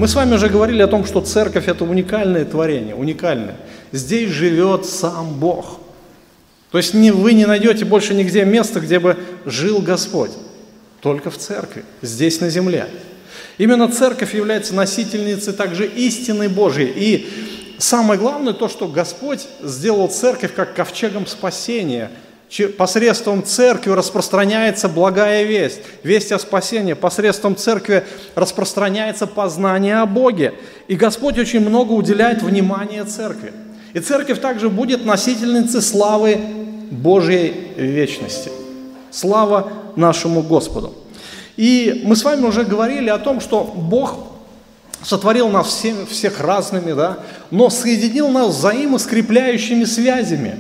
Мы с вами уже говорили о том, что церковь – это уникальное творение, уникальное. Здесь живет сам Бог. То есть вы не найдете больше нигде места, где бы жил Господь. Только в церкви, здесь на земле. Именно церковь является носительницей также истины Божьей. И самое главное то, что Господь сделал церковь как ковчегом спасения. Посредством церкви распространяется благая весть, весть о спасении. Посредством церкви распространяется познание о Боге. И Господь очень много уделяет внимания церкви. И церковь также будет носительницей славы Божьей вечности. Слава нашему Господу. И мы с вами уже говорили о том, что Бог сотворил нас всех разными, да, но соединил нас взаимоскрепляющими связями.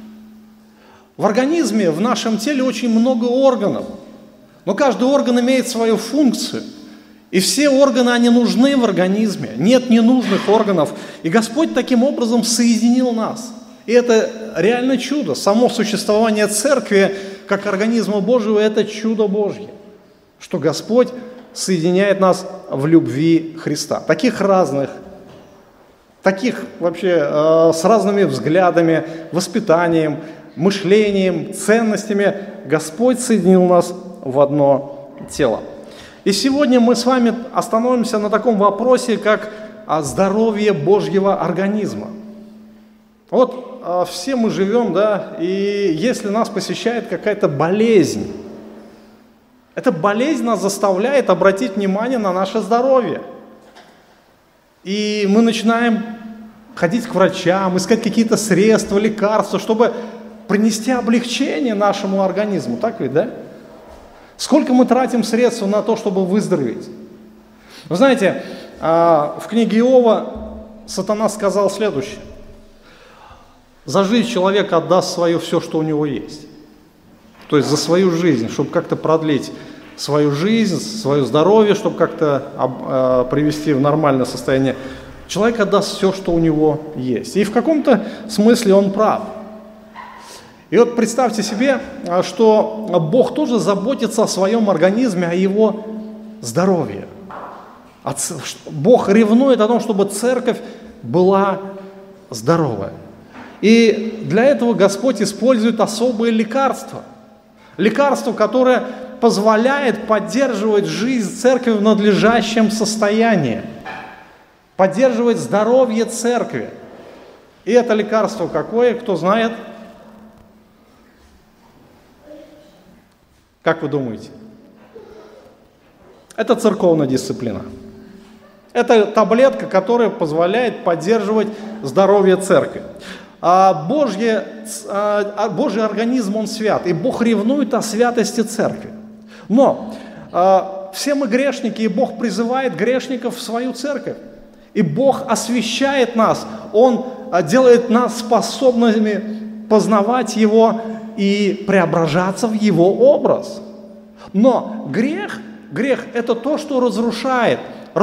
В организме, в нашем теле очень много органов, но каждый орган имеет свою функцию, и все органы, они нужны в организме, нет ненужных органов, и Господь таким образом соединил нас. И это реально чудо, само существование церкви, как организма Божьего, это чудо Божье, что Господь соединяет нас в любви Христа, таких разных, таких вообще с разными взглядами, воспитанием, мышлением, ценностями. Господь соединил нас в одно тело. И сегодня мы с вами остановимся на таком вопросе, как здоровье Божьего организма. Вот все мы живем, да, и если нас посещает какая-то болезнь, эта болезнь нас заставляет обратить внимание на наше здоровье. И мы начинаем ходить к врачам, искать какие-то средства, лекарства, чтобы принести облегчение нашему организму. Так ведь, да? Сколько мы тратим средств на то, чтобы выздороветь? Вы знаете, в книге Иова сатана сказал следующее. За жизнь человек отдаст свое все, что у него есть. То есть за свою жизнь, чтобы как-то продлить свою жизнь, свое здоровье, чтобы как-то привести в нормальное состояние. Человек отдаст все, что у него есть. И в каком-то смысле он прав. И вот представьте себе, что Бог тоже заботится о своем организме, о его здоровье. Бог ревнует о том, чтобы церковь была здоровая. И для этого Господь использует особые лекарства. Лекарство, которое позволяет поддерживать жизнь церкви в надлежащем состоянии. Поддерживать здоровье церкви. И это лекарство какое, кто знает? Как вы думаете? Это церковная дисциплина. Это таблетка, которая позволяет поддерживать здоровье церкви. Божий организм, он свят, и Бог ревнует о святости церкви. Но все мы грешники, и Бог призывает грешников в свою церковь. И Бог освящает нас, Он делает нас способными познавать Его и преображаться в Его образ. Но грех это то, что разрушает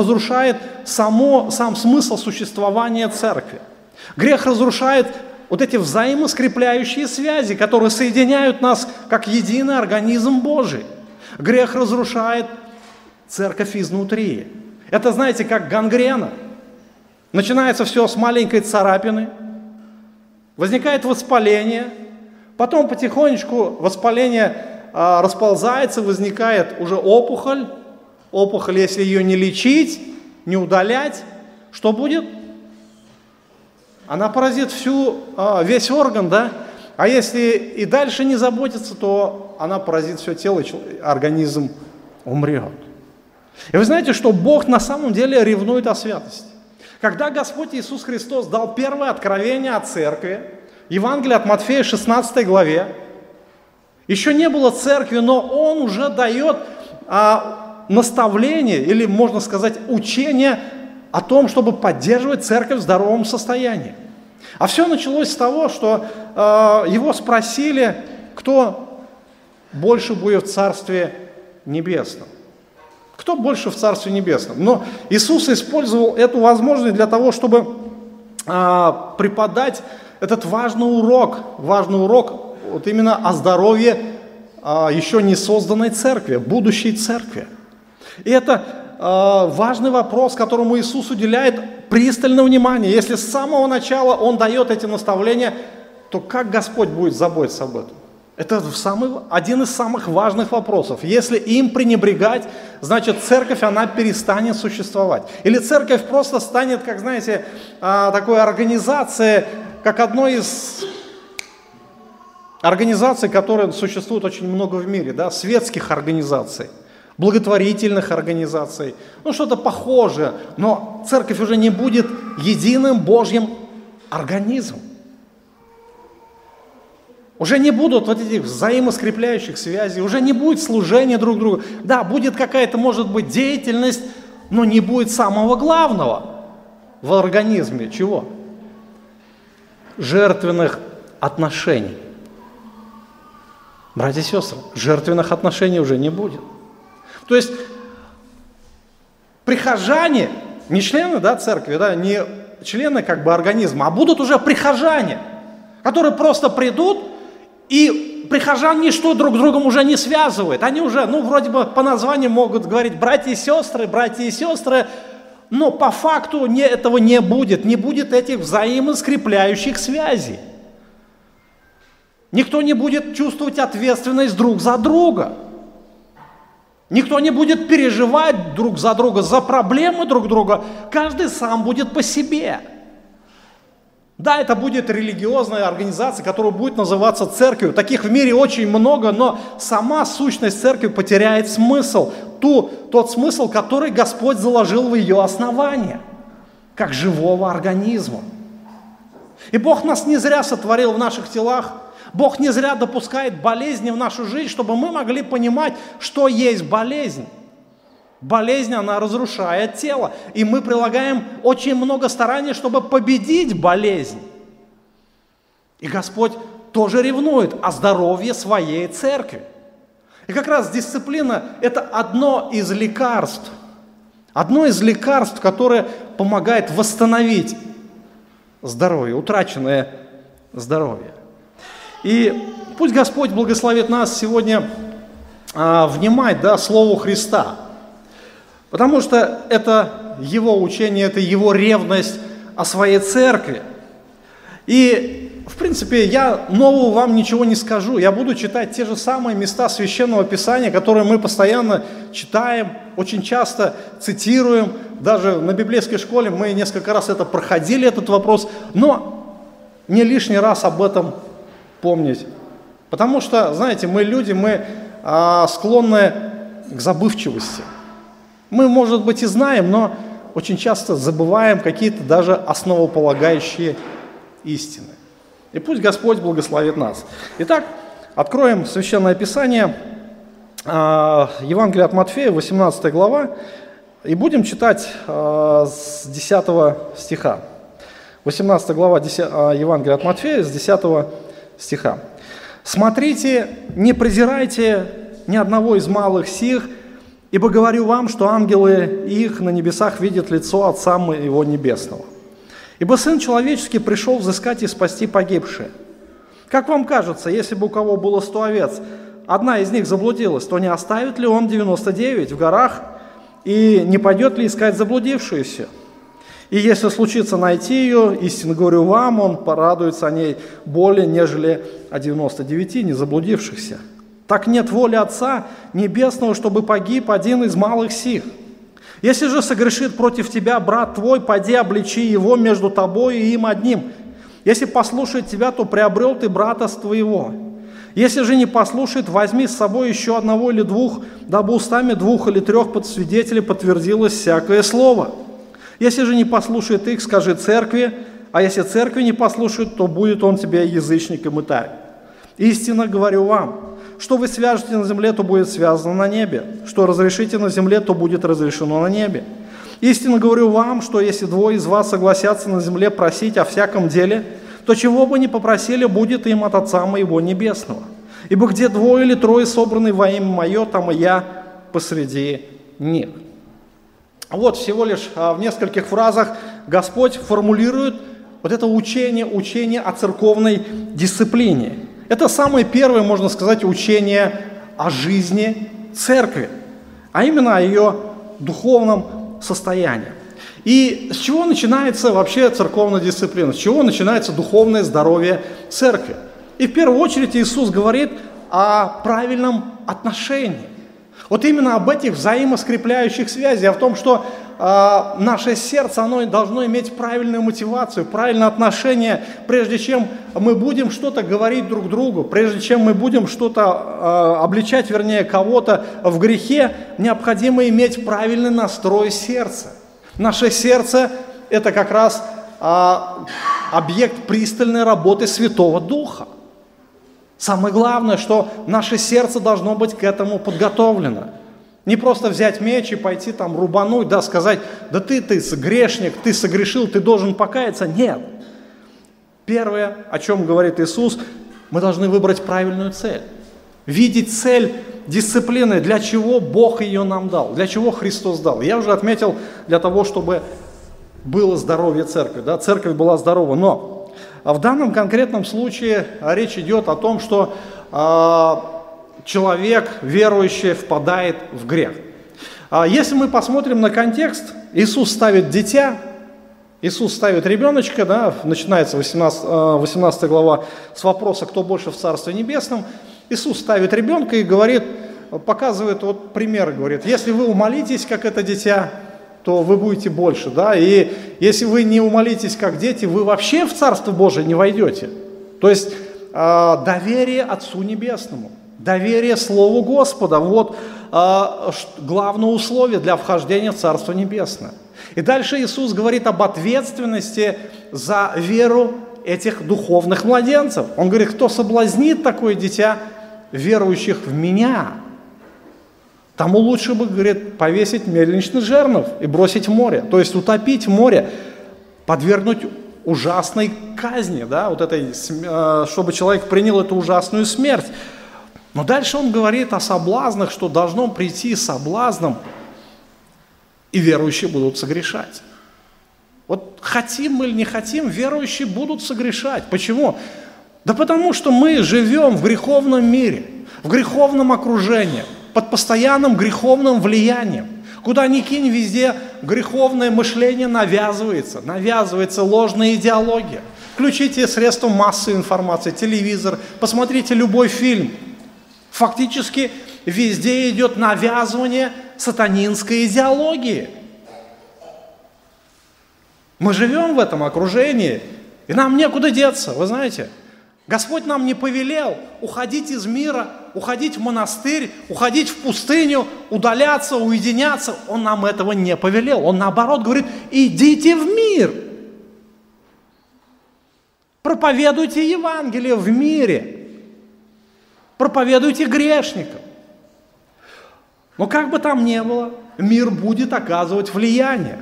сам смысл существования церкви. Грех разрушает вот эти взаимоскрепляющие связи, которые соединяют нас как единый организм Божий. Грех разрушает церковь изнутри. Это, знаете, как гангрена. Начинается все с маленькой царапины, возникает воспаление, потом потихонечку воспаление расползается, возникает уже опухоль. Опухоль, если ее не лечить, не удалять, что будет? Она поразит весь орган, да? А если и дальше не заботиться, то она поразит все тело, и организм умрет. И вы знаете, что Бог на самом деле ревнует о святости. Когда Господь Иисус Христос дал первое откровение о церкви, Евангелие от Матфея, 16 главе, еще не было церкви, но Он уже дает наставление, или, можно сказать, учение о том, чтобы поддерживать церковь в здоровом состоянии. А все началось с того, что его спросили, кто больше будет в Царстве Небесном. Кто больше в Царстве Небесном? Но Иисус использовал эту возможность для того, чтобы преподать этот важный урок вот именно о здоровье еще не созданной церкви, будущей церкви. И это важный вопрос, которому Иисус уделяет пристальное внимание. Если с самого начала Он дает эти наставления, то как Господь будет заботиться об этом? Это один из самых важных вопросов. Если им пренебрегать, значит церковь, она перестанет существовать. Или церковь просто станет, как знаете, такой организацией, как одной из организаций, которые существует очень много в мире, да, светских организаций, благотворительных организаций, что-то похожее, но церковь уже не будет единым Божьим организмом. Уже не будут вот этих взаимоскрепляющих связей, уже не будет служения друг другу. Да, будет какая-то, может быть, деятельность, но не будет самого главного в организме. Чего? Жертвенных отношений. Братья и сестры, жертвенных отношений уже не будет. То есть прихожане, не члены, да, церкви, да, не члены как бы организма, а будут уже прихожане, которые просто придут, и прихожан ничто друг с другом уже не связывает. Они уже, вроде бы по названию могут говорить братья и сестры, но по факту этого не будет этих взаимоскрепляющих связей. Никто не будет чувствовать ответственность друг за друга. Никто не будет переживать друг за друга, за проблемы друг друга. Каждый сам будет по себе. Да, это будет религиозная организация, которая будет называться церковью. Таких в мире очень много, но сама сущность церкви потеряет смысл. Тот смысл, который Господь заложил в ее основание, как живого организма. И Бог нас не зря сотворил в наших телах. Бог не зря допускает болезни в нашу жизнь, чтобы мы могли понимать, что есть болезнь. Болезнь, она разрушает тело. И мы прилагаем очень много стараний, чтобы победить болезнь. И Господь тоже ревнует о здоровье своей церкви. И как раз дисциплина – это одно из лекарств. Одно из лекарств, которое помогает восстановить здоровье, утраченное здоровье. И пусть Господь благословит нас сегодня внимать, Слову Христа. Потому что это Его учение, это Его ревность о своей церкви. И, в принципе, я нового вам ничего не скажу. Я буду читать те же самые места Священного Писания, которые мы постоянно читаем, очень часто цитируем. Даже на библейской школе мы несколько раз проходили этот вопрос. Но не лишний раз об этом помнить. Потому что, знаете, мы люди, мы склонны к забывчивости. Мы, может быть, и знаем, но очень часто забываем какие-то даже основополагающие истины. И пусть Господь благословит нас. Итак, откроем Священное Писание, Евангелие от Матфея, 18 глава, и будем читать с 10 стиха. 18 глава Евангелия от Матфея, с 10 стиха. «Смотрите, не презирайте ни одного из малых сих, ибо говорю вам, что ангелы их на небесах видят лицо Отца Моего Небесного. Ибо Сын Человеческий пришел взыскать и спасти погибшие. Как вам кажется, если бы у кого было 100 овец, одна из них заблудилась, то не оставит ли он 99 в горах и не пойдет ли искать заблудившуюся? И если случится найти ее, истинно говорю вам, он порадуется о ней более, нежели о 99 не заблудившихся. Так нет воли Отца Небесного, чтобы погиб один из малых сих. Если же согрешит против тебя брат твой, поди обличи его между тобой и им одним. Если послушает тебя, то приобрел ты брата твоего. Если же не послушает, возьми с собой еще одного или двух, дабы устами 2 или 3 свидетелей подтвердилось всякое слово. Если же не послушает их, скажи церкви, а если церкви не послушает, то будет он тебе язычником и тарь. Истинно говорю вам, что вы свяжете на земле, то будет связано на небе. Что разрешите на земле, то будет разрешено на небе. Истинно говорю вам, что если 2 из вас согласятся на земле просить о всяком деле, то чего бы ни попросили, будет им от Отца Моего Небесного. Ибо где 2 или 3 собраны во имя Мое, там и я посреди них». Вот всего лишь в нескольких фразах Господь формулирует вот это учение о церковной дисциплине. Это самое первое, можно сказать, учение о жизни церкви, а именно о ее духовном состоянии. И с чего начинается вообще церковная дисциплина? С чего начинается духовное здоровье церкви? И в первую очередь Иисус говорит о правильном отношении. Вот именно об этих взаимоскрепляющих связях, о том, что наше сердце, оно должно иметь правильную мотивацию, правильное отношение, прежде чем мы будем что-то говорить друг другу, прежде чем мы будем что-то обличать, вернее, кого-то в грехе, необходимо иметь правильный настрой сердца. Наше сердце – это как раз объект пристальной работы Святого Духа. Самое главное, что наше сердце должно быть к этому подготовлено. Не просто взять меч и пойти там рубануть, да, сказать, да ты грешник, ты согрешил, ты должен покаяться. Нет. Первое, о чем говорит Иисус, мы должны выбрать правильную цель. Видеть цель дисциплины, для чего Бог ее нам дал, для чего Христос дал. Я уже отметил, для того, чтобы было здоровье церкви, да, церковь была здорова. Но в данном конкретном случае речь идет о том, что человек, верующий, впадает в грех. Если мы посмотрим на контекст, Иисус ставит дитя, Иисус ставит ребеночка, да, начинается 18 глава с вопроса, кто больше в Царстве Небесном. Иисус ставит ребенка и говорит, показывает вот пример, говорит, если вы умолитесь, как это дитя, то вы будете больше, да, и если вы не умолитесь, как дети, вы вообще в Царство Божие не войдете. То есть доверие Отцу Небесному, доверие Слову Господа, вот главное условие для вхождения в Царство Небесное. И дальше Иисус говорит об ответственности за веру этих духовных младенцев. Он говорит, кто соблазнит такое дитя, верующих в Меня, тому лучше бы, говорит, повесить мельничный жернов и бросить в море. То есть утопить в море, подвергнуть ужасной казни, да, вот этой, чтобы человек принял эту ужасную смерть. Но дальше он говорит о соблазнах, что должно прийти соблазном, и верующие будут согрешать. Вот хотим мы или не хотим, верующие будут согрешать. Почему? Да потому что мы живем в греховном мире, в греховном окружении, под постоянным греховным влиянием. Куда ни кинь, везде греховное мышление навязывается ложная идеология. Включите средства массовой информации, телевизор, посмотрите любой фильм. Фактически везде идет навязывание сатанинской идеологии. Мы живем в этом окружении, и нам некуда деться, вы знаете. Господь нам не повелел уходить из мира, уходить в монастырь, уходить в пустыню, удаляться, уединяться. Он нам этого не повелел. Он наоборот говорит, идите в мир. Проповедуйте Евангелие в мире. Проповедуйте грешникам. Но как бы там ни было, мир будет оказывать влияние.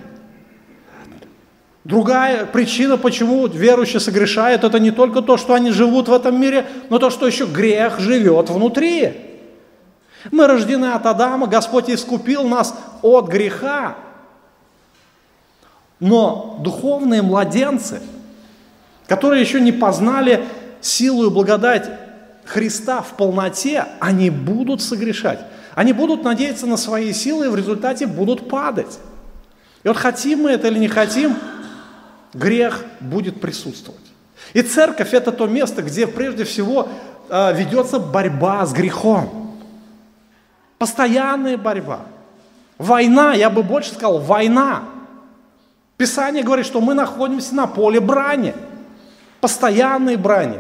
Другая причина, почему верующие согрешают, это не только то, что они живут в этом мире, но то, что еще грех живет внутри. Мы рождены от Адама, Господь искупил нас от греха. Но духовные младенцы, которые еще не познали силу и благодать Христа в полноте, они будут согрешать. Они будут надеяться на свои силы и в результате будут падать. И вот хотим мы это или не хотим, грех будет присутствовать. И церковь – это то место, где прежде всего ведется борьба с грехом. Постоянная борьба. Война, я бы больше сказал, война. Писание говорит, что мы находимся на поле брани. Постоянной брани.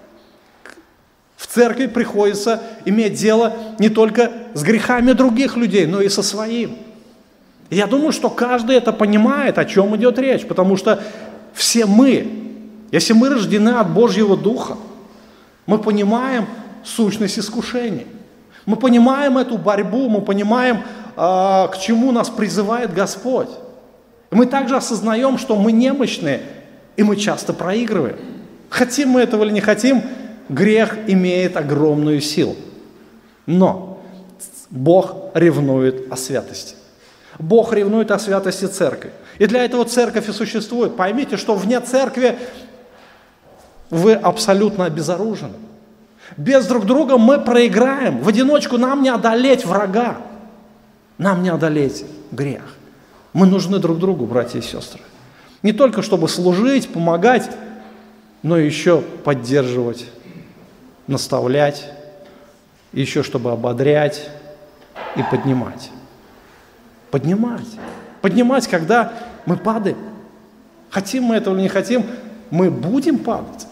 В церкви приходится иметь дело не только с грехами других людей, но и со своим. Я думаю, что каждый это понимает, о чем идет речь, потому что все мы, если мы рождены от Божьего Духа, мы понимаем сущность искушений, мы понимаем эту борьбу, мы понимаем, к чему нас призывает Господь. И мы также осознаем, что мы немощные, и мы часто проигрываем. Хотим мы этого или не хотим, грех имеет огромную силу. Но Бог ревнует о святости. Бог ревнует о святости церкви. И для этого церковь и существует. Поймите, что вне церкви вы абсолютно обезоружены. Без друг друга мы проиграем. В одиночку нам не одолеть врага. Нам не одолеть. грех. Мы нужны друг другу, братья и сестры. Не только чтобы служить, помогать, но еще поддерживать, наставлять, еще чтобы ободрять и поднимать. Поднимать. Поднимать, когда мы падаем. Хотим мы этого или не хотим, мы будем падать.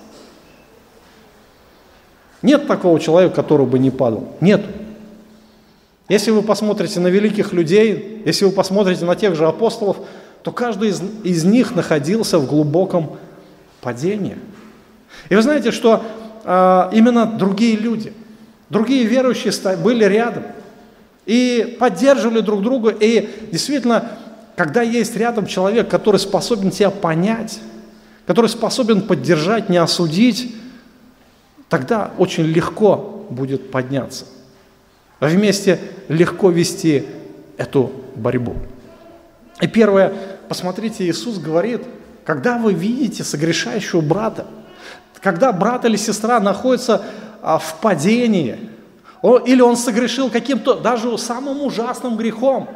Нет такого человека, который бы не падал. Нет. Если вы посмотрите на великих людей, если вы посмотрите на тех же апостолов, то каждый из них находился в глубоком падении. И вы знаете, что именно другие люди, другие верующие были рядом и поддерживали друг друга. И действительно, когда есть рядом человек, который способен тебя понять, который способен поддержать, не осудить, тогда очень легко будет подняться. Вместе легко вести эту борьбу. И первое, посмотрите, Иисус говорит, когда вы видите согрешающего брата, когда брат или сестра находится в падении, или он согрешил каким-то даже самым ужасным грехом,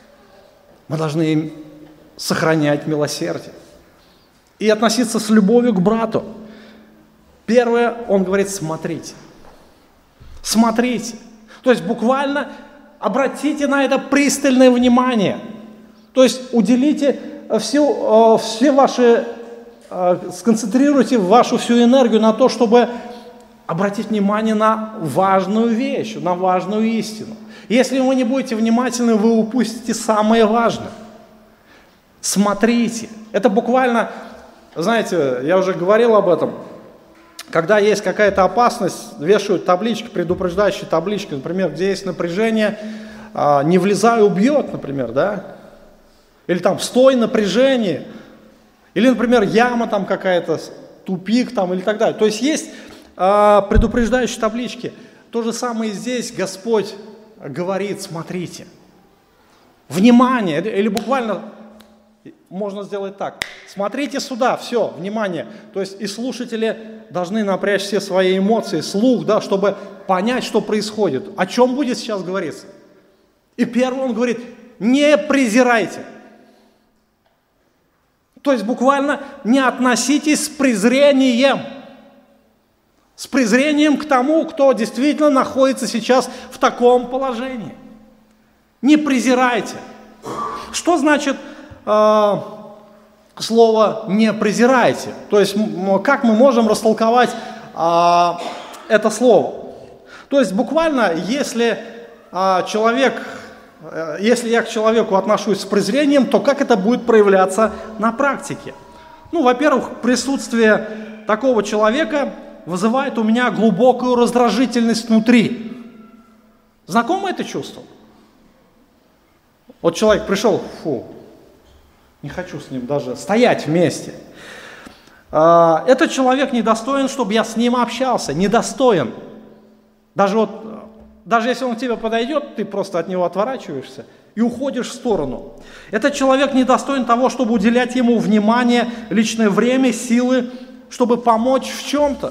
мы должны им сохранять милосердие и относиться с любовью к брату. Первое, он говорит, смотрите. Смотрите. То есть буквально обратите на это пристальное внимание. То есть уделите все ваши, сконцентрируйте вашу всю энергию на то, чтобы обратить внимание на важную вещь, на важную истину. Если вы не будете внимательны, вы упустите самое важное. Смотрите. Это буквально, знаете, я уже говорил об этом, когда есть какая-то опасность, вешают таблички, предупреждающие таблички, например, где есть напряжение, не влезай, убьет, например, да? Или там стой, напряжение, или, например, яма там какая-то, тупик там или так далее. То есть есть предупреждающие таблички. То же самое и здесь Господь говорит, смотрите, внимание, или буквально можно сделать так, смотрите сюда, все, внимание, то есть и слушатели должны напрячь все свои эмоции, слух, да, чтобы понять, что происходит, о чем будет сейчас говориться. И первый он говорит, не презирайте. То есть буквально не относитесь с презрением к тому, кто действительно находится сейчас в таком положении. Не презирайте. Что значит слово «не презирайте»? То есть как мы можем растолковать это слово? То есть буквально, если я к человеку отношусь с презрением, то как это будет проявляться на практике? Ну, во-первых, присутствие такого человека вызывает у меня глубокую раздражительность внутри. Знакомо это чувство? Вот человек пришел, не хочу с ним даже стоять вместе. Этот человек недостоин, чтобы я с ним общался, недостоин. Даже если он к тебе подойдет, ты просто от него отворачиваешься и уходишь в сторону. Этот человек недостоин того, чтобы уделять ему внимание, личное время, силы, чтобы помочь в чем-то.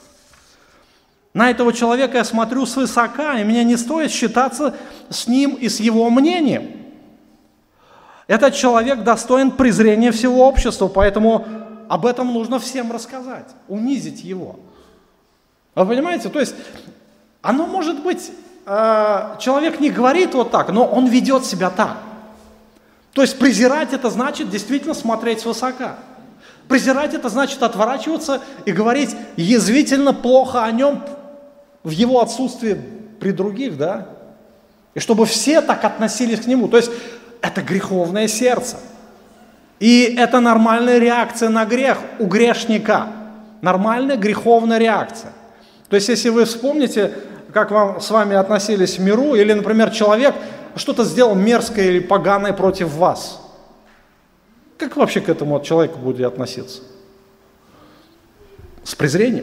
На этого человека я смотрю свысока, и мне не стоит считаться с ним и с его мнением. Этот человек достоин презрения всего общества, поэтому об этом нужно всем рассказать, унизить его. Вы понимаете? То есть оно может быть, человек не говорит вот так, но он ведет себя так. То есть презирать это значит действительно смотреть свысока. Презирать это значит отворачиваться и говорить язвительно плохо о нем в его отсутствии при других, да? И чтобы все так относились к нему. То есть это греховное сердце. И это нормальная реакция на грех у грешника. Нормальная греховная реакция. То есть если вы вспомните, как с вами относились в миру, или, например, человек что-то сделал мерзкое или поганое против вас, как вообще к этому человеку будете относиться? С презрением.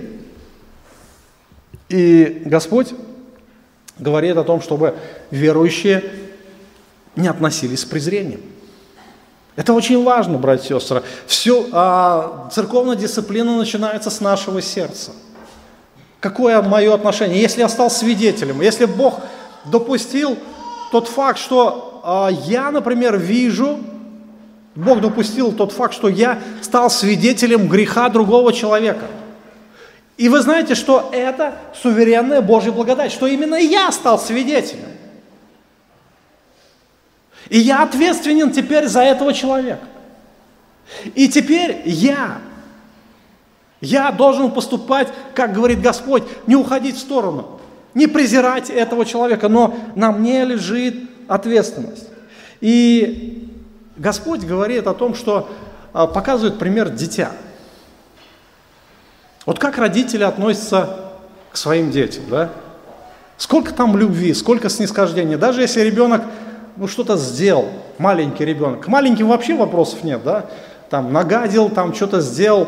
И Господь говорит о том, чтобы верующие не относились с презрением. Это очень важно, братья и сестры. Церковная дисциплина начинается с нашего сердца. Какое мое отношение? Если я стал свидетелем, если Бог допустил тот факт, что я, например, вижу, Бог допустил тот факт, что я стал свидетелем греха другого человека. И вы знаете, что это суверенная Божья благодать, что именно я стал свидетелем. И я ответственен теперь за этого человека. И теперь я должен поступать, как говорит Господь, не уходить в сторону, не презирать этого человека, но на мне лежит ответственность. И Господь говорит о том, что показывает пример дитя. Вот как родители относятся к своим детям, да? Сколько там любви, сколько снисхождения. Даже если ребенок что-то сделал, маленький ребенок. К маленьким вообще вопросов нет, да? Там нагадил, там что-то сделал,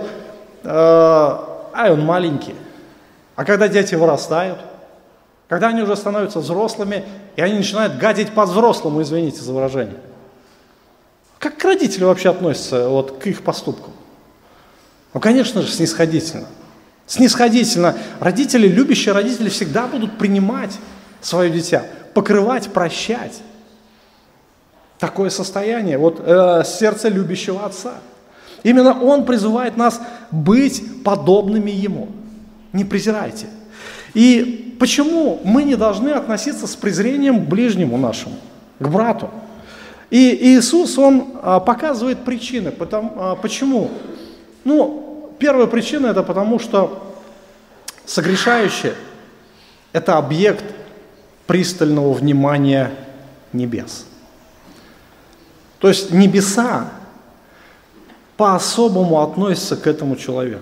он маленький. А когда дети вырастают, когда они уже становятся взрослыми, и они начинают гадить по-взрослому, извините за выражение. Как родители вообще относятся к их поступкам? Конечно же, снисходительно. Снисходительно. Родители, любящие родители, всегда будут принимать свое дитя, покрывать, прощать. Такое состояние, сердце любящего отца. Именно он призывает нас быть подобными ему. Не презирайте. И почему мы не должны относиться с презрением к ближнему нашему, к брату? И Иисус, Он показывает причины. Почему? Первая причина – это потому, что согрешающий – это объект пристального внимания небес. То есть небеса по-особому относятся к этому человеку.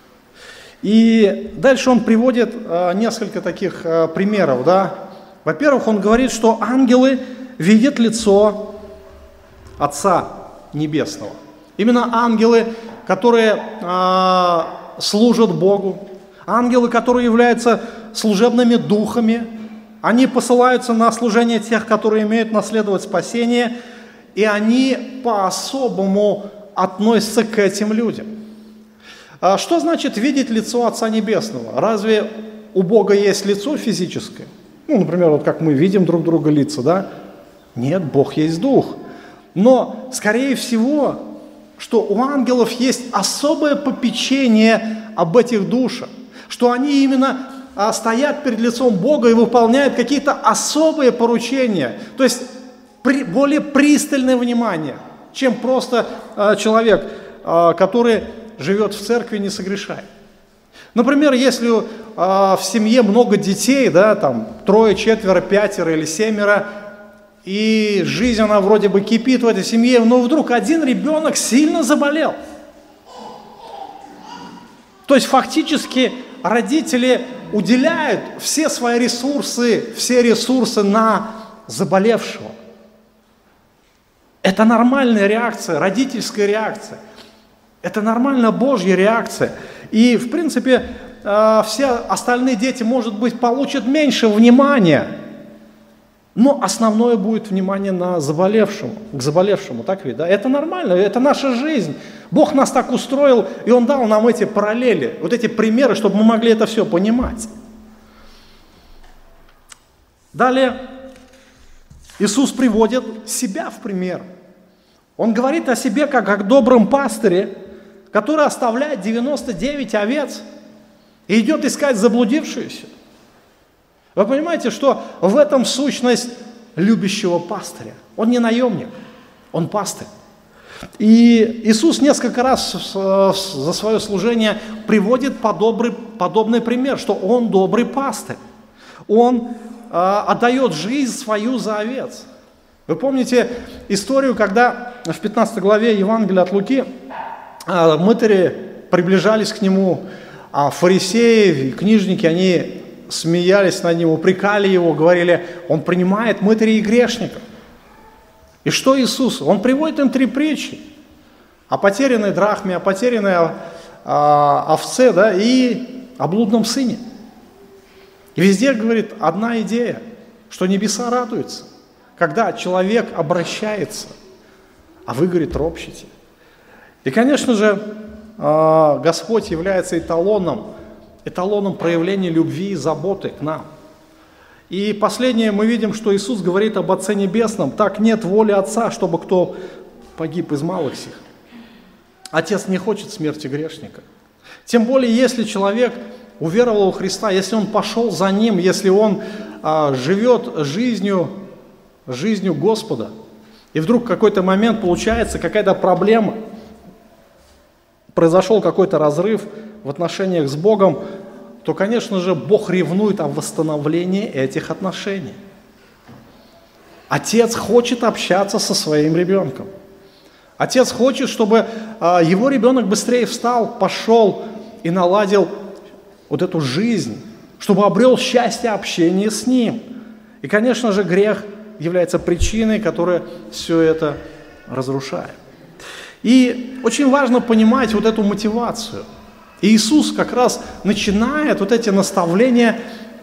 И дальше он приводит несколько таких примеров. Да? Во-первых, он говорит, что ангелы видят лицо Отца Небесного. Именно ангелы, которые служат Богу, ангелы, которые являются служебными духами, они посылаются на служение тех, которые имеют наследовать спасение, и они по-особому относятся к этим людям. Что значит видеть лицо Отца Небесного? Разве у Бога есть лицо физическое? Например, как мы видим друг друга лица, да? Нет, Бог есть Дух. Но, скорее всего, что у ангелов есть особое попечение об этих душах, что они именно стоят перед лицом Бога и выполняют какие-то особые поручения, то есть более пристальное внимание, чем просто человек, который живет в церкви и не согрешает. Например, если в семье много детей, да, там 3, 4, 5 или 7, и жизнь, она вроде бы кипит в этой семье, но вдруг один ребенок сильно заболел. То есть фактически родители уделяют все свои ресурсы на заболевшего. Это нормальная реакция, родительская реакция. Это нормальная Божья реакция. И, в принципе, все остальные дети, может быть, получат меньше внимания, но основное будет внимание к заболевшему, так ведь, да? Это нормально, это наша жизнь. Бог нас так устроил, и Он дал нам эти параллели, эти примеры, чтобы мы могли это все понимать. Далее Иисус приводит себя в пример. Он говорит о себе как о добром пастыре, который оставляет 99 овец и идет искать заблудившуюся. Вы понимаете, что в этом сущность любящего пастыря. Он не наемник, он пастырь. И Иисус несколько раз за свое служение приводит подобный пример, что Он добрый пастырь. Он отдает жизнь свою за овец. Вы помните историю, когда в 15 главе Евангелия от Луки мытари приближались к Нему, а фарисеи, книжники, они смеялись над Ним, упрекали Его, говорили, Он принимает мытарей и грешников. И что Иисус? Он приводит им 3 притчи о потерянной драхме, о потерянной овце, да, и о блудном сыне. И везде, говорит, одна идея, что небеса радуются, когда человек обращается, а вы, говорит, ропщите. И, конечно же, Господь является эталоном проявления любви и заботы к нам. И последнее мы видим, что Иисус говорит об Отце Небесном. Так нет воли Отца, чтобы кто погиб из малых сих. Отец не хочет смерти грешника. Тем более, если человек уверовал во Христа, если он пошел за Ним, если он живет жизнью Господа, и вдруг в какой-то момент получается какая-то проблема, произошел какой-то разрыв в отношениях с Богом, то, конечно же, Бог ревнует о восстановлении этих отношений. Отец хочет общаться со своим ребенком. Отец хочет, чтобы его ребенок быстрее встал, пошел и наладил вот эту жизнь, чтобы обрел счастье общения с ним. И, конечно же, грех является причиной, которая все это разрушает. И очень важно понимать вот эту мотивацию. И Иисус как раз начинает вот эти наставления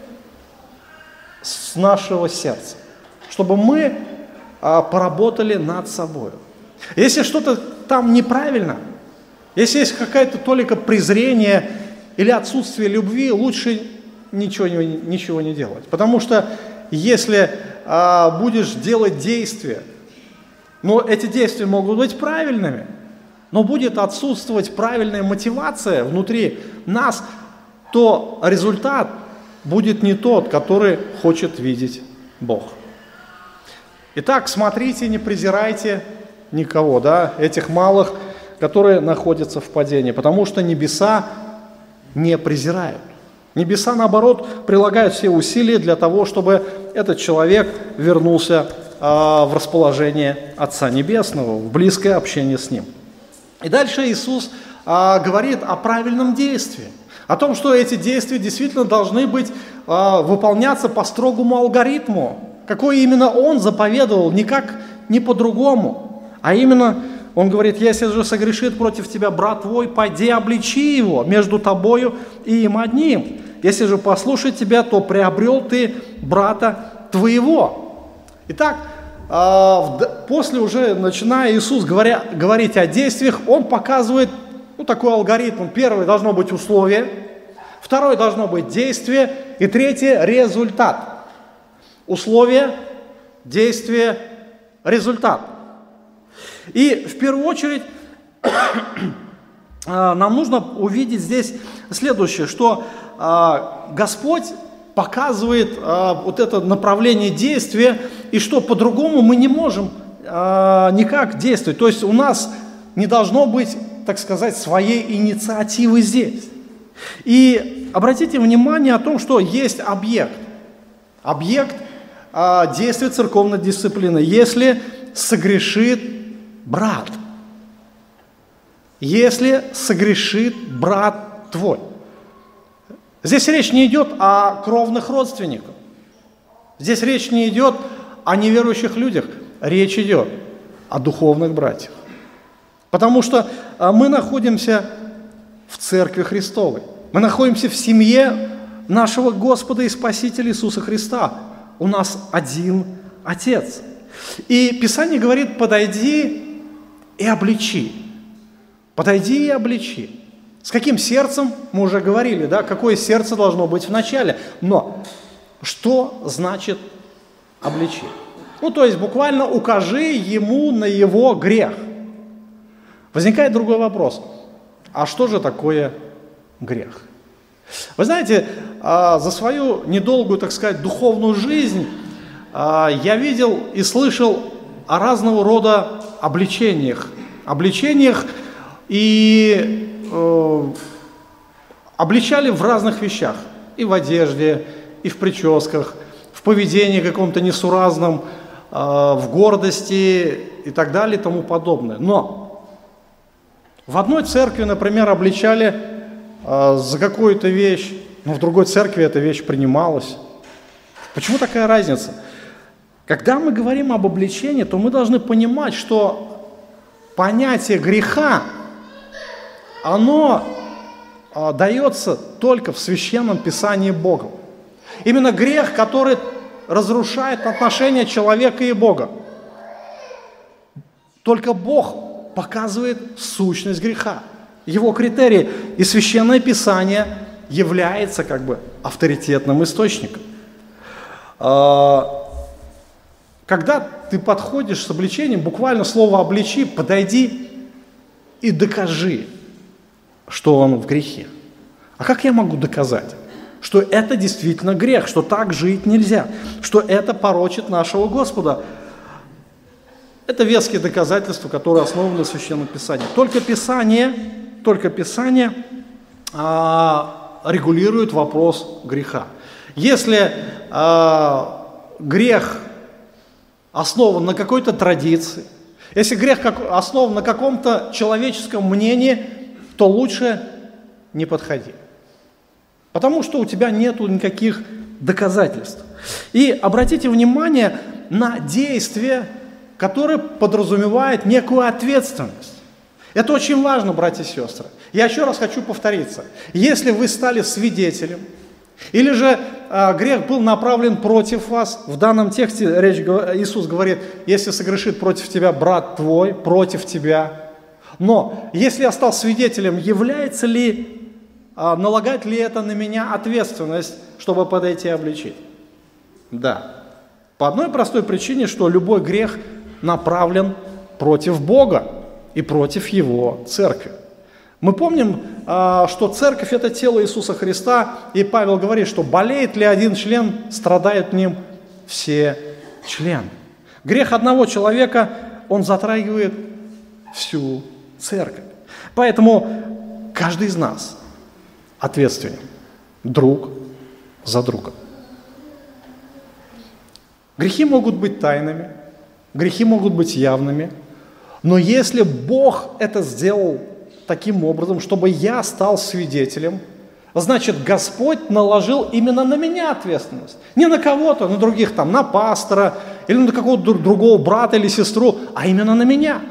с нашего сердца, чтобы мы поработали над собой. Если что-то там неправильно, если есть какая-то толика презрения или отсутствие любви, лучше ничего не делать. Потому что если будешь делать действия, но эти действия могут быть правильными, но будет отсутствовать правильная мотивация внутри нас, то результат будет не тот, который хочет видеть Бог. Итак, смотрите, не презирайте никого, этих малых, которые находятся в падении, потому что небеса не презирают. Небеса, наоборот, прилагают все усилия для того, чтобы этот человек вернулся в расположение Отца Небесного, в близкое общение с Ним. И дальше Иисус говорит о правильном действии, о том, что эти действия действительно должны быть выполняться по строгому алгоритму, какой именно Он заповедовал, никак не по-другому, а именно Он говорит: если же согрешит против тебя брат твой, пойди обличи его между тобою и им одним. Если же послушает тебя, то приобрел ты брата твоего. Итак, после уже, начиная Иисус говорить о действиях, Он показывает такой алгоритм. Первый должно быть условие, второй должно быть действие, и третье – результат. Условие, действие, результат. И в первую очередь нам нужно увидеть здесь следующее, что Господь показывает вот это направление действия, и что по-другому мы не можем никак действовать. То есть у нас не должно быть, так сказать, своей инициативы здесь. И обратите внимание о том, что есть объект. Объект действия церковной дисциплины. Если согрешит брат. Если согрешит брат твой. Здесь речь не идет о кровных родственниках. Здесь речь не идет о неверующих людях. Речь идет о духовных братьях. Потому что мы находимся в Церкви Христовой. Мы находимся в семье нашего Господа и Спасителя Иисуса Христа. У нас один Отец. И Писание говорит: подойди и обличи. Подойди и обличи. С каким сердцем, мы уже говорили, какое сердце должно быть в начале. Но что значит обличи? То есть буквально укажи ему на его грех. Возникает другой вопрос. А что же такое грех? Вы знаете, за свою недолгую, так сказать, духовную жизнь я видел и слышал о разного рода обличениях. И обличали в разных вещах. И в одежде, и в прическах, в поведении каком-то несуразном, в гордости и так далее и тому подобное. Но в одной церкви, например, обличали за какую-то вещь, но в другой церкви эта вещь принималась. Почему такая разница? Когда мы говорим об обличении, то мы должны понимать, что понятие греха, оно дается только в Священном Писании Богом. Именно грех, который разрушает отношения человека и Бога. Только Бог показывает сущность греха, его критерии. И Священное Писание является авторитетным источником. Когда ты подходишь с обличением, буквально слово «обличи», подойди и докажи, что он в грехе. А как я могу доказать, что это действительно грех, что так жить нельзя, что это порочит нашего Господа? Это веские доказательства, которые основаны на Священном Писании. Только Писание регулирует вопрос греха. Если грех основан на какой-то традиции, если грех основан на каком-то человеческом мнении, то лучше не подходи. Потому что у тебя нет никаких доказательств. И обратите внимание на действие, которое подразумевает некую ответственность. Это очень важно, братья и сестры. Я еще раз хочу повториться. Если вы стали свидетелем, или же грех был направлен против вас, в данном тексте Иисус говорит, если согрешит против тебя брат твой, против тебя. Но если я стал свидетелем, является ли, налагает ли это на меня ответственность, чтобы подойти и обличить? Да. По одной простой причине, что любой грех направлен против Бога и против Его церкви. Мы помним, что церковь – это тело Иисуса Христа, и Павел говорит, что болеет ли один член, страдают в нем все члены. Грех одного человека, он затрагивает всю церковь. Поэтому каждый из нас ответственен друг за друга. Грехи могут быть тайными, грехи могут быть явными, но если Бог это сделал таким образом, чтобы я стал свидетелем, значит, Господь наложил именно на меня ответственность. Не на кого-то, на других, там, на пастора или на какого-то другого брата или сестру, а именно на меня.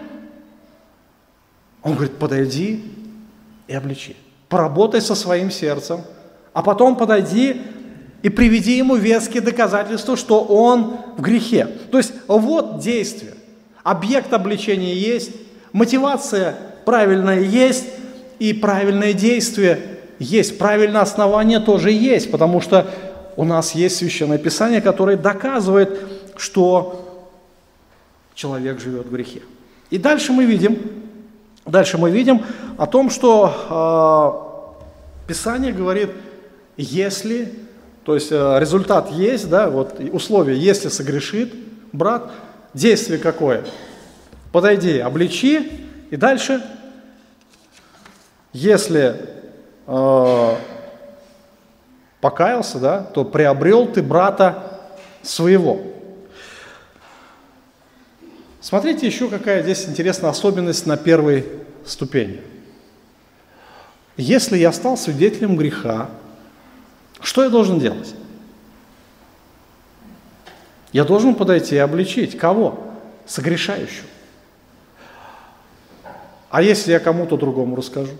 Он говорит, подойди и обличи. Поработай со своим сердцем, а потом подойди и приведи ему веские доказательства, что он в грехе. То есть вот действие. Объект обличения есть, мотивация правильное есть, и правильное действие есть, правильное основание тоже есть, потому что у нас есть Священное Писание, которое доказывает, что человек живет в грехе. И дальше мы видим о том, что Писание говорит, если, то есть результат есть, да, вот условие, если согрешит брат, действие какое? Подойди, обличи, и дальше, если покаялся, да, то приобрел ты брата своего. Смотрите, еще какая здесь интересная особенность на первой ступени. Если я стал свидетелем греха, что я должен делать? Я должен подойти и обличить. Кого? Согрешающего. А если я кому-то другому расскажу?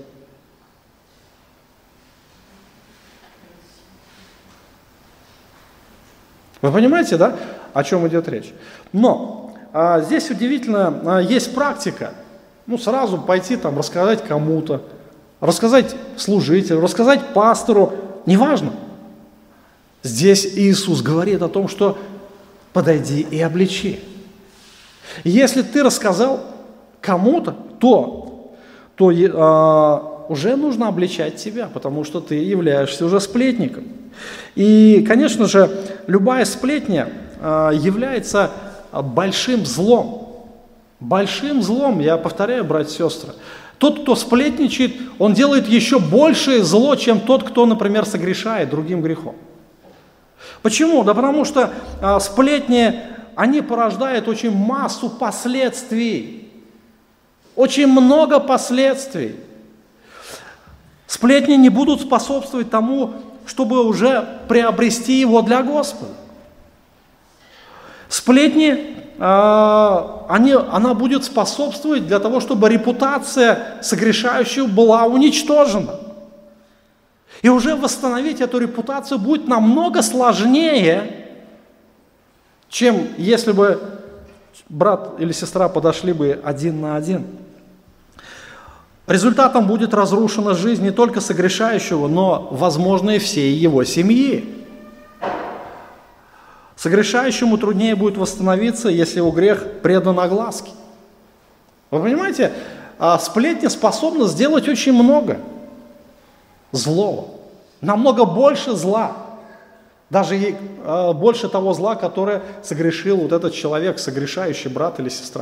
Вы понимаете, да, о чем идет речь? Но здесь удивительно, есть практика. Сразу пойти там рассказать кому-то, рассказать служителю, рассказать пастору, неважно. Здесь Иисус говорит о том, что подойди и обличи. Если ты рассказал кому-то, то уже нужно обличать тебя, потому что ты являешься уже сплетником. И, конечно же, любая сплетня является большим злом. Большим злом, я повторяю, братья и сестры. Тот, кто сплетничает, он делает еще большее зло, чем тот, кто, например, согрешает другим грехом. Почему? Да потому что сплетни, они порождают очень массу последствий. Очень много последствий. Сплетни не будут способствовать тому, чтобы уже приобрести его для Господа. Сплетни, она будет способствовать для того, чтобы репутация согрешающего была уничтожена. И уже восстановить эту репутацию будет намного сложнее, чем если бы брат или сестра подошли бы один на один. Результатом будет разрушена жизнь не только согрешающего, но, возможно, и всей его семьи. Согрешающему труднее будет восстановиться, если его грех предан огласке. Вы понимаете, сплетни способны сделать очень много злого. Намного больше зла. Даже больше того зла, которое согрешил вот этот человек, согрешающий брат или сестра.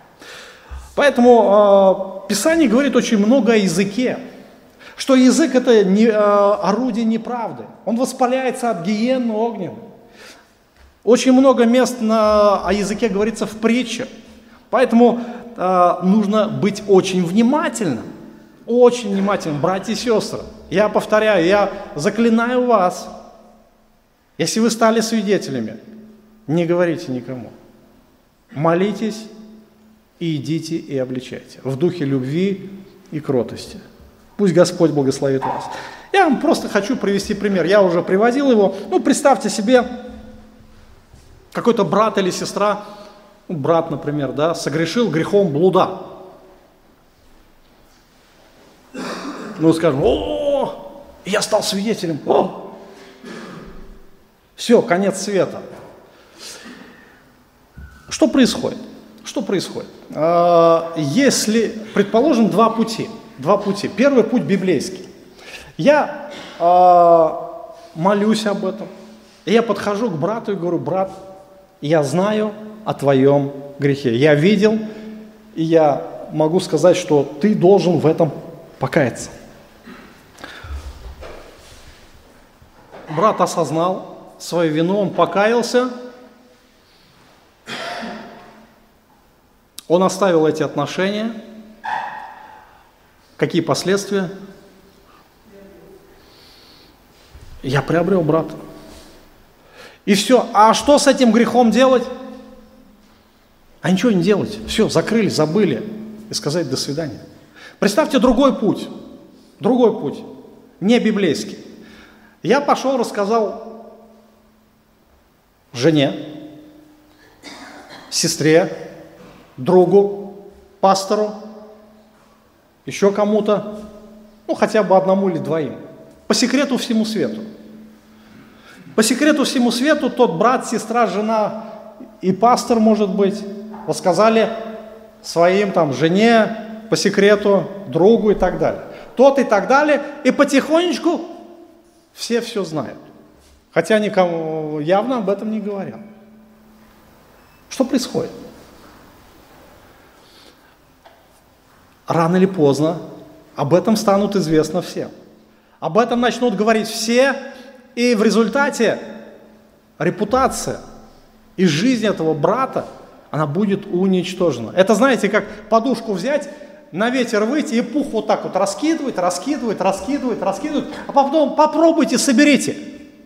Поэтому Писание говорит очень много о языке. Что язык – это орудие неправды. Он воспаляется от гиены огненной. Очень много мест о языке говорится в притчах. Поэтому нужно быть очень внимательным. Очень внимательным, братья и сестры. Я повторяю, я заклинаю вас, если вы стали свидетелями, не говорите никому. Молитесь и идите и обличайте в духе любви и кротости. Пусть Господь благословит вас. Я вам просто хочу привести пример. Я уже приводил его. Представьте себе, какой-то брат или сестра, брат, например, да, согрешил грехом блуда. Скажем, я стал свидетелем. Все, конец света. Что происходит? Если, предположим, два пути. Первый путь библейский. Я молюсь об этом. Я подхожу к брату и говорю: брат, я знаю о твоем грехе. Я видел, и я могу сказать, что ты должен в этом покаяться. Брат осознал свою вину, он покаялся. Он оставил эти отношения. Какие последствия? Я приобрел брата. И все. А что с этим грехом делать? А ничего не делать. Все, закрыли, забыли. И сказать до свидания. Представьте другой путь. Не библейский. Я пошел, рассказал жене, сестре, другу, пастору, еще кому-то, хотя бы одному или двоим. По секрету всему свету. По секрету всему свету тот брат, сестра, жена и пастор, может быть, рассказали своим жене, по секрету, другу и так далее. Тот и так далее. И потихонечку все знают. Хотя никому явно об этом не говорят. Что происходит? Рано или поздно об этом станут известно всем. Об этом начнут говорить все, и в результате репутация и жизнь этого брата, она будет уничтожена. Это, знаете, как подушку взять, на ветер выйти и пух вот так вот раскидывать, а потом попробуйте, соберите.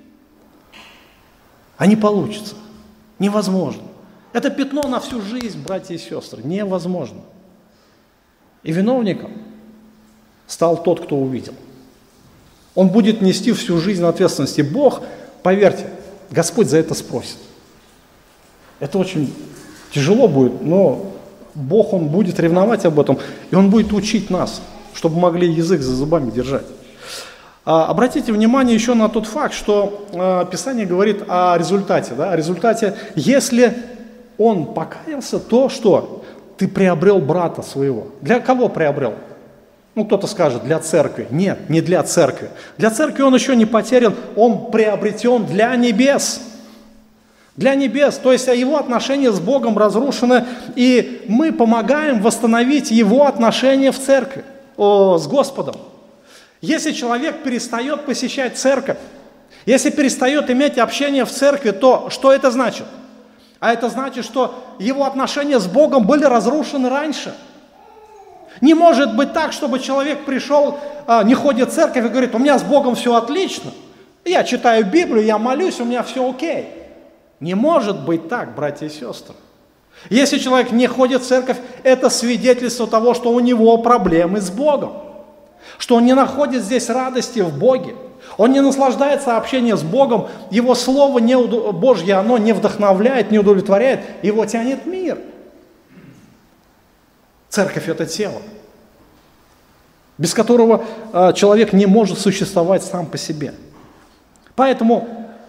А не получится. Невозможно. Это пятно на всю жизнь, братья и сестры. Невозможно. И виновником стал тот, кто увидел. Он будет нести всю жизнь ответственность. И Бог, поверьте, Господь за это спросит. Это очень тяжело будет, но Бог, Он будет ревновать об этом, и Он будет учить нас, чтобы могли язык за зубами держать. Обратите внимание еще на тот факт, что Писание говорит о результате. Да? О результате, если он покаялся, то что? Ты приобрел брата своего. Для кого приобрел? Кто-то скажет, для церкви. Нет, не для церкви. Для церкви он еще не потерян, он приобретен для небес. Для небес, то есть его отношения с Богом разрушены, и мы помогаем восстановить его отношения в церкви, с Господом. Если человек перестает посещать церковь, если перестает иметь общение в церкви, то что это значит? А это значит, что его отношения с Богом были разрушены раньше. Не может быть так, чтобы человек пришел, не ходит в церковь и говорит: у меня с Богом все отлично, я читаю Библию, я молюсь, у меня все окей. Не может быть так, братья и сестры. Если человек не ходит в церковь, это свидетельство того, что у него проблемы с Богом, что он не находит здесь радости в Боге, он не наслаждается общением с Богом, его Слово Божье, оно не вдохновляет, не удовлетворяет, его тянет мир. Церковь – это тело, без которого человек не может существовать сам по себе. Поэтому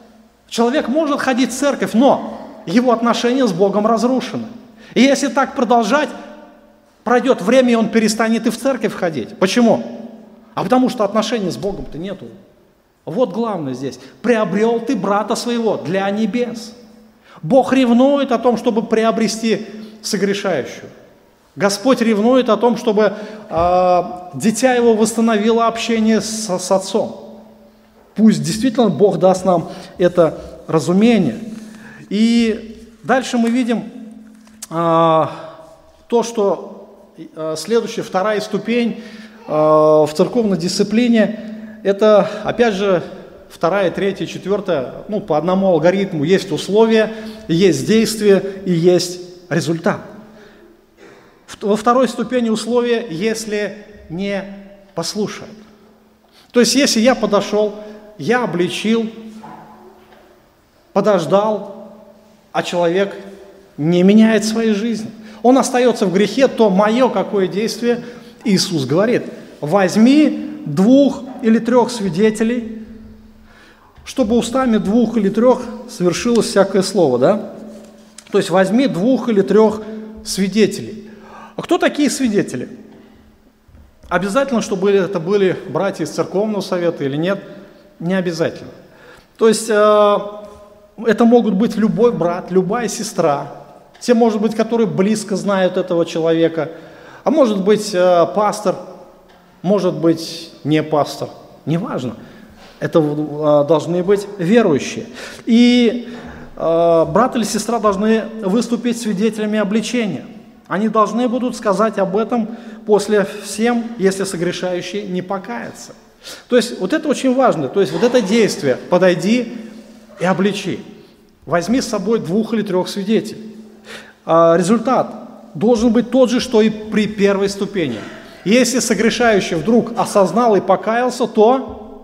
Человек может ходить в церковь, но его отношения с Богом разрушены. И если так продолжать, пройдет время, и он перестанет и в церковь ходить. Почему? А потому что отношений с Богом-то нету. Вот главное здесь. Приобрел ты брата своего для небес. Бог ревнует о том, чтобы приобрести согрешающего. Господь ревнует о том, чтобы дитя его восстановило общение с Отцом. Пусть действительно Бог даст нам это разумение. И дальше мы видим то, что следующая, вторая ступень в церковной дисциплине, это, опять же, вторая, третья, четвертая, по одному алгоритму. Есть условия, есть действие и есть результат. Во второй ступени условия, если не послушает. То есть, если я подошел, я обличил, подождал, а человек не меняет своей жизни, он остается в грехе, то мое какое действие? Иисус говорит: возьми 2 или 3 свидетелей, чтобы устами 2 или 3 совершилось всякое слово, да? То есть возьми 2 или 3 свидетелей. А кто такие свидетели? Обязательно, чтобы это были братья из церковного совета или нет? Не обязательно. То есть это могут быть любой брат, любая сестра, те, может быть, которые близко знают этого человека, а может быть пастор, может быть не пастор, неважно. Это должны быть верующие. И брат или сестра должны выступить свидетелями обличения. Они должны будут сказать об этом после всем, если согрешающий не покается. То есть вот это очень важно. То есть вот это действие: подойди и обличи. Возьми с собой 2 или 3 свидетелей. Результат должен быть тот же, что и при первой ступени. Если согрешающий вдруг осознал и покаялся, то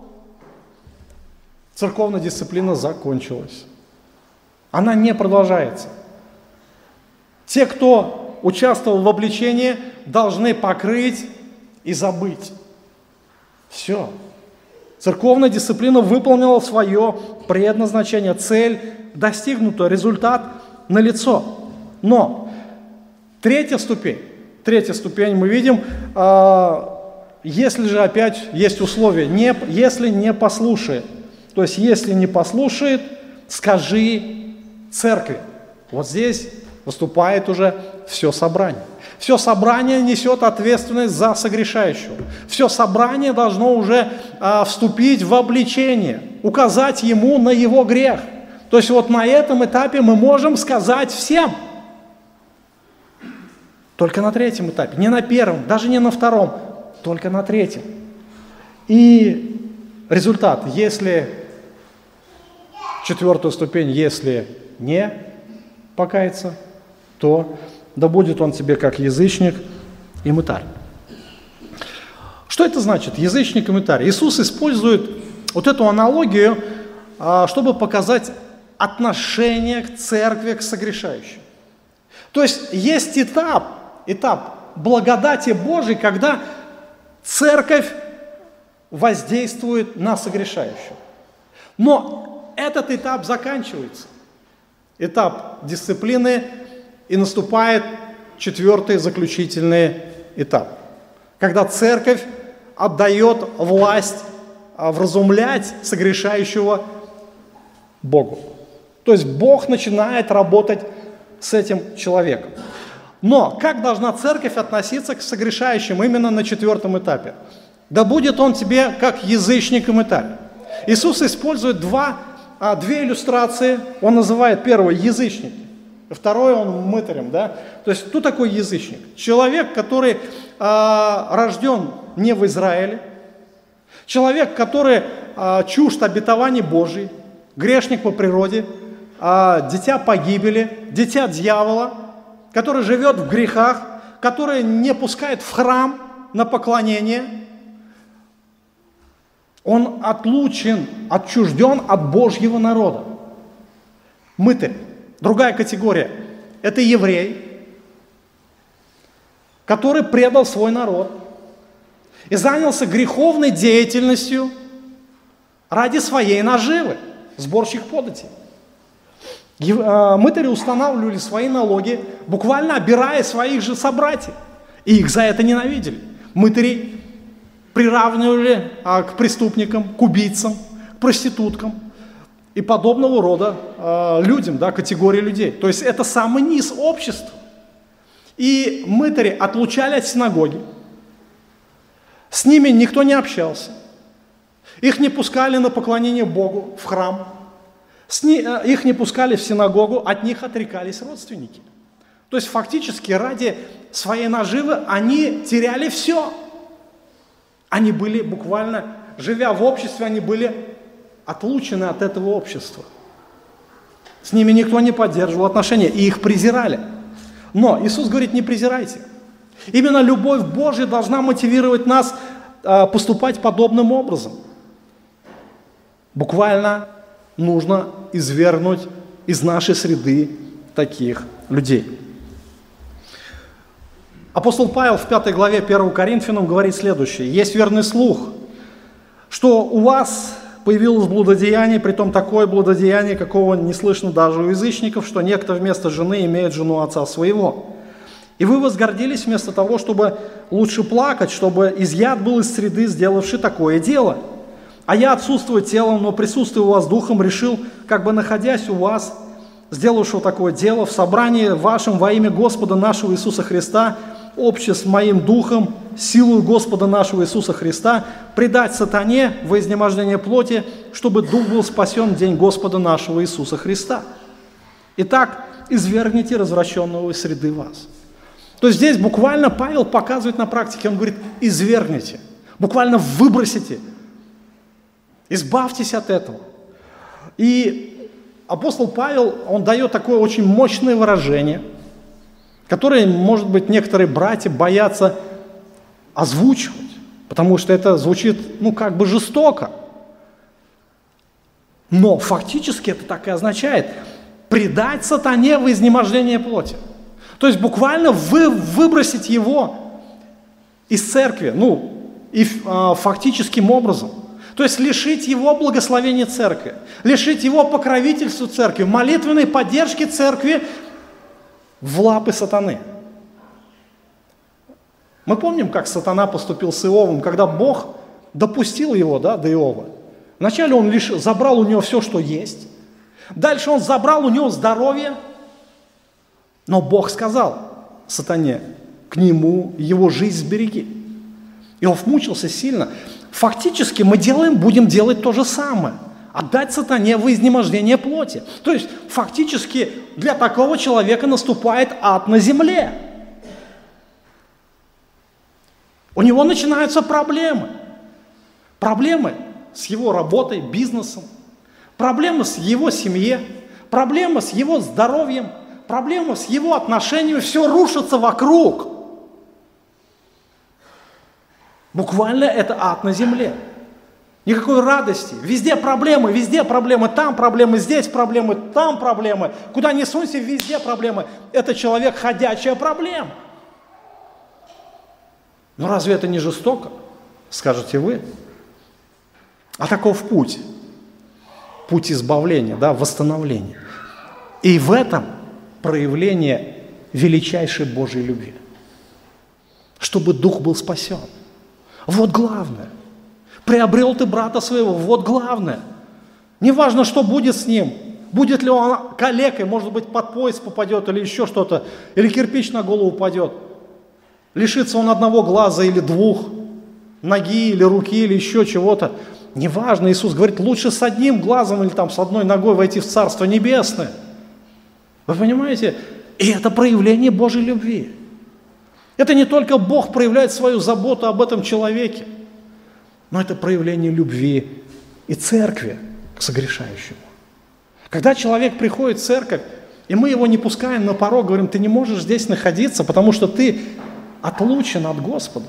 церковная дисциплина закончилась. Она не продолжается. Те, кто участвовал в обличении, должны покрыть и забыть. Все. Церковная дисциплина выполнила свое предназначение, цель достигнута, результат налицо. Но третья ступень мы видим, если же опять есть условия, если не послушает. То есть если не послушает, скажи церкви. Вот здесь выступает уже все собрание. Все собрание несет ответственность за согрешающего. Все собрание должно уже вступить в обличение, указать ему на его грех. То есть вот на этом этапе мы можем сказать всем. Только на 3-м этапе, не на 1-м, даже не на 2-м, только на 3-м. И результат: если 4-ю ступень, если не покаяться, то да будет он тебе как язычник и мытарь. Что это значит, язычник и мытарь? Иисус использует вот эту аналогию, чтобы показать отношение к церкви, к согрешающим. То есть есть этап благодати Божией, когда церковь воздействует на согрешающего. Но этот этап заканчивается. Этап дисциплины, и наступает 4-й заключительный этап, когда церковь отдает власть вразумлять согрешающего Богу. То есть Бог начинает работать с этим человеком. Но как должна церковь относиться к согрешающим именно на 4-м этапе? Да будет он тебе как язычник и мытарь. Иисус использует две иллюстрации. Он называет первое язычник, второе он мытарем. Да? То есть кто такой язычник? Человек, который рожден не в Израиле, человек, который чужд обетований Божий, грешник по природе, дитя погибели, дитя дьявола, который живет в грехах, который не пускает в храм на поклонение. Он отлучен, отчужден от Божьего народа. Мытарь. Другая категория – это еврей, который предал свой народ и занялся греховной деятельностью ради своей наживы. сборщик податей. Мытари устанавливали свои налоги, буквально обирая своих же собратьев. И их за это ненавидели. Мытари приравнивали к преступникам, к убийцам, к проституткам и подобного рода людям, да, категории людей. То есть это самый низ общества. И мытари отлучали от синагоги. С ними никто не общался. Их не пускали на поклонение Богу в храм. Их не пускали в синагогу, от них отрекались родственники. То есть фактически ради своей наживы они теряли все. Они были буквально, живя в обществе, они были отлучены от этого общества. С ними никто не поддерживал отношения, и их презирали. Но Иисус говорит, не презирайте. Именно любовь Божья должна мотивировать нас поступать подобным образом. Буквально нужно извергнуть из нашей среды таких людей. Апостол Павел в 5 главе 1 Коринфянам говорит следующее. «Есть верный слух, что у вас появилось блудодеяние, притом такое блудодеяние, какого не слышно даже у язычников, что некто вместо жены имеет жену отца своего. И вы возгордились вместо того, чтобы лучше плакать, чтобы изъят был из среды, сделавший такое дело. А я, отсутствуя телом, но присутствуя у вас духом, решил, как бы находясь у вас, сделавшего такое дело, в собрании вашем во имя Господа нашего Иисуса Христа, обще с моим духом, силою Господа нашего Иисуса Христа, предать сатане во изнемождение плоти, чтобы дух был спасен в день Господа нашего Иисуса Христа. Итак, извергните развращенного из среды вас». То есть здесь буквально Павел показывает на практике, он говорит, извергните, буквально выбросите, избавьтесь от этого. И апостол Павел, он дает такое очень мощное выражение, которое, может быть, некоторые братья боятся озвучивать, потому что это звучит, как бы жестоко. Но фактически это так и означает предать сатане во изнемождение плоти. То есть буквально выбросить его из церкви, фактическим образом. То есть лишить его благословения церкви, лишить его покровительства церкви, молитвенной поддержки церкви в лапы сатаны. Мы помним, как сатана поступил с Иовом, когда Бог допустил его до Иова. Вначале он лишь забрал у него все, что есть. Дальше он забрал у него здоровье. Но Бог сказал сатане, к нему его жизнь сбереги. Иов мучился сильно. Фактически мы будем делать то же самое. Отдать сатане во изнемождение плоти. То есть фактически для такого человека наступает ад на земле. У него начинаются проблемы. Проблемы с его работой, бизнесом. Проблемы с его семьей. Проблемы с его здоровьем. Проблемы с его отношениями, все рушится вокруг. Буквально это ад на земле. Никакой радости. Везде проблемы, там проблемы, здесь проблемы, там проблемы. Куда ни сунься, везде проблемы. Это человек ходячая проблема. Но разве это не жестоко? Скажете вы. А таков путь. Путь избавления, восстановления. И в этом проявление величайшей Божьей любви. Чтобы дух был спасен. Вот главное. Приобрел ты брата своего, вот главное. Неважно, что будет с ним. Будет ли он калекой, может быть, под пояс попадет или еще что-то, или кирпич на голову упадет. Лишится он одного глаза или двух, ноги или руки или еще чего-то. Неважно, Иисус говорит, лучше с одним глазом или с одной ногой войти в Царство Небесное. Вы понимаете? И это проявление Божьей любви. Это не только Бог проявляет свою заботу об этом человеке, но это проявление любви и церкви к согрешающему. Когда человек приходит в церковь, и мы его не пускаем на порог, говорим, ты не можешь здесь находиться, потому что ты отлучен от Господа.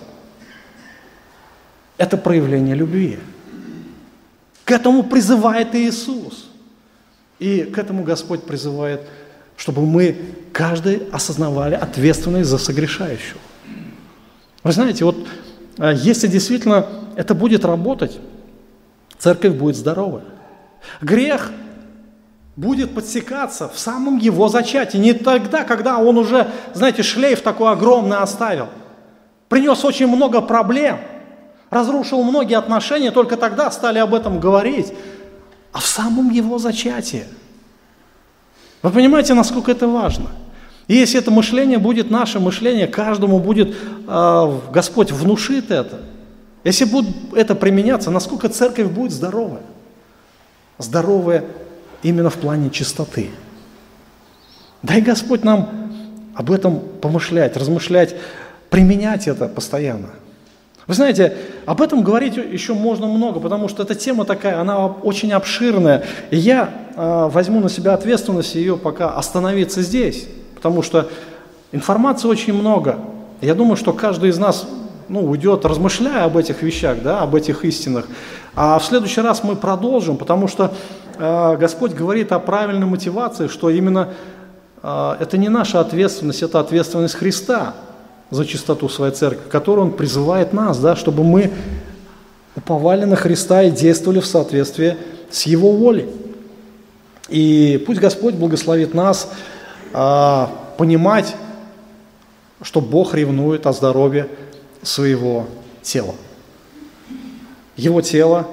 Это проявление любви. К этому призывает Иисус. И к этому Господь призывает, чтобы мы, каждый, осознавали ответственность за согрешающего. Вы знаете, если действительно это будет работать, церковь будет здоровая. Грех будет подсекаться в самом его зачатии. Не тогда, когда он уже, знаете, шлейф такой огромный оставил. Принес очень много проблем, разрушил многие отношения, только тогда стали об этом говорить. А в самом его зачатии. Вы понимаете, насколько это важно? И если это мышление будет наше мышление, каждому будет, Господь внушит это. Если будет это применяться, насколько церковь будет здоровая? Здоровая именно в плане чистоты. Дай Господь нам об этом помышлять, размышлять, применять это постоянно. Вы знаете, об этом говорить еще можно много, потому что эта тема такая, она очень обширная. И я возьму на себя ответственность ее пока остановиться здесь, потому что информации очень много. Я думаю, что каждый из нас уйдет, размышляя об этих вещах, да, об этих истинах. А в следующий раз мы продолжим, потому что Господь говорит о правильной мотивации, что именно это не наша ответственность, это ответственность Христа за чистоту своей церкви, которую Он призывает нас, да, чтобы мы уповали на Христа и действовали в соответствии с Его волей. И пусть Господь благословит нас понимать, что Бог ревнует о здоровье своего тела. Его тело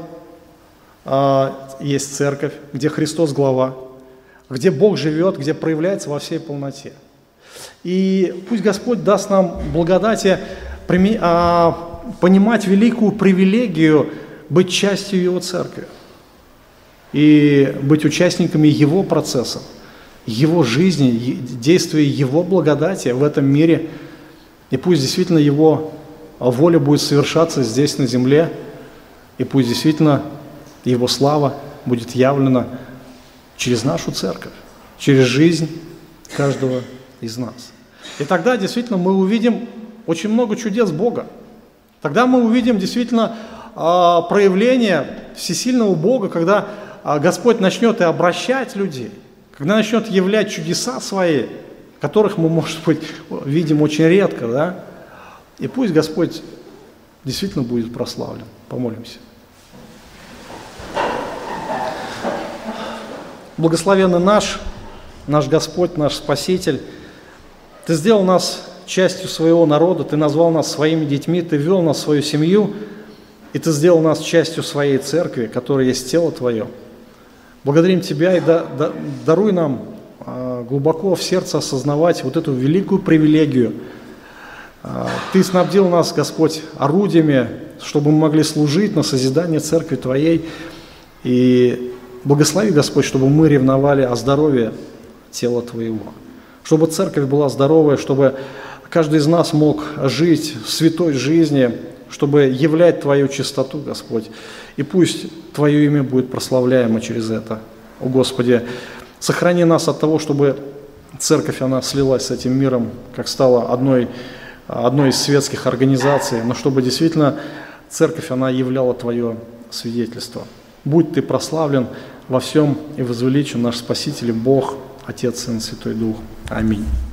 есть церковь, где Христос глава, где Бог живет, где проявляется во всей полноте. И пусть Господь даст нам благодати понимать великую привилегию быть частью Его церкви и быть участниками Его процесса, Его жизни, действия Его благодати в этом мире. И пусть действительно Его воля будет совершаться здесь на земле, и пусть действительно Его слава будет явлена через нашу церковь, через жизнь каждого из нас. И тогда действительно мы увидим очень много чудес Бога. Тогда мы увидим действительно проявление всесильного Бога, когда Господь начнет и обращать людей, когда начнет являть чудеса свои, которых мы, может быть, видим очень редко, да? И пусть Господь действительно будет прославлен. Помолимся. Благословенный наш Господь, наш Спаситель, Ты сделал нас частью своего народа, Ты назвал нас своими детьми, Ты ввел нас в свою семью, и Ты сделал нас частью своей церкви, которая есть тело Твое. Благодарим Тебя и даруй нам глубоко в сердце осознавать вот эту великую привилегию. Ты снабдил нас, Господь, орудиями, чтобы мы могли служить на созидание церкви Твоей. И благослови, Господь, чтобы мы ревновали о здоровье тела Твоего. Чтобы церковь была здоровая, чтобы каждый из нас мог жить в святой жизни, чтобы являть Твою чистоту, Господь. И пусть Твое имя будет прославляемо через это. О Господи, сохрани нас от того, чтобы церковь, она слилась с этим миром, как стала одной из светских организаций, но чтобы действительно церковь, она являла Твое свидетельство. Будь Ты прославлен во всем и возвеличен наш Спаситель, Бог, Отец, Сын, Святой Дух. Аминь.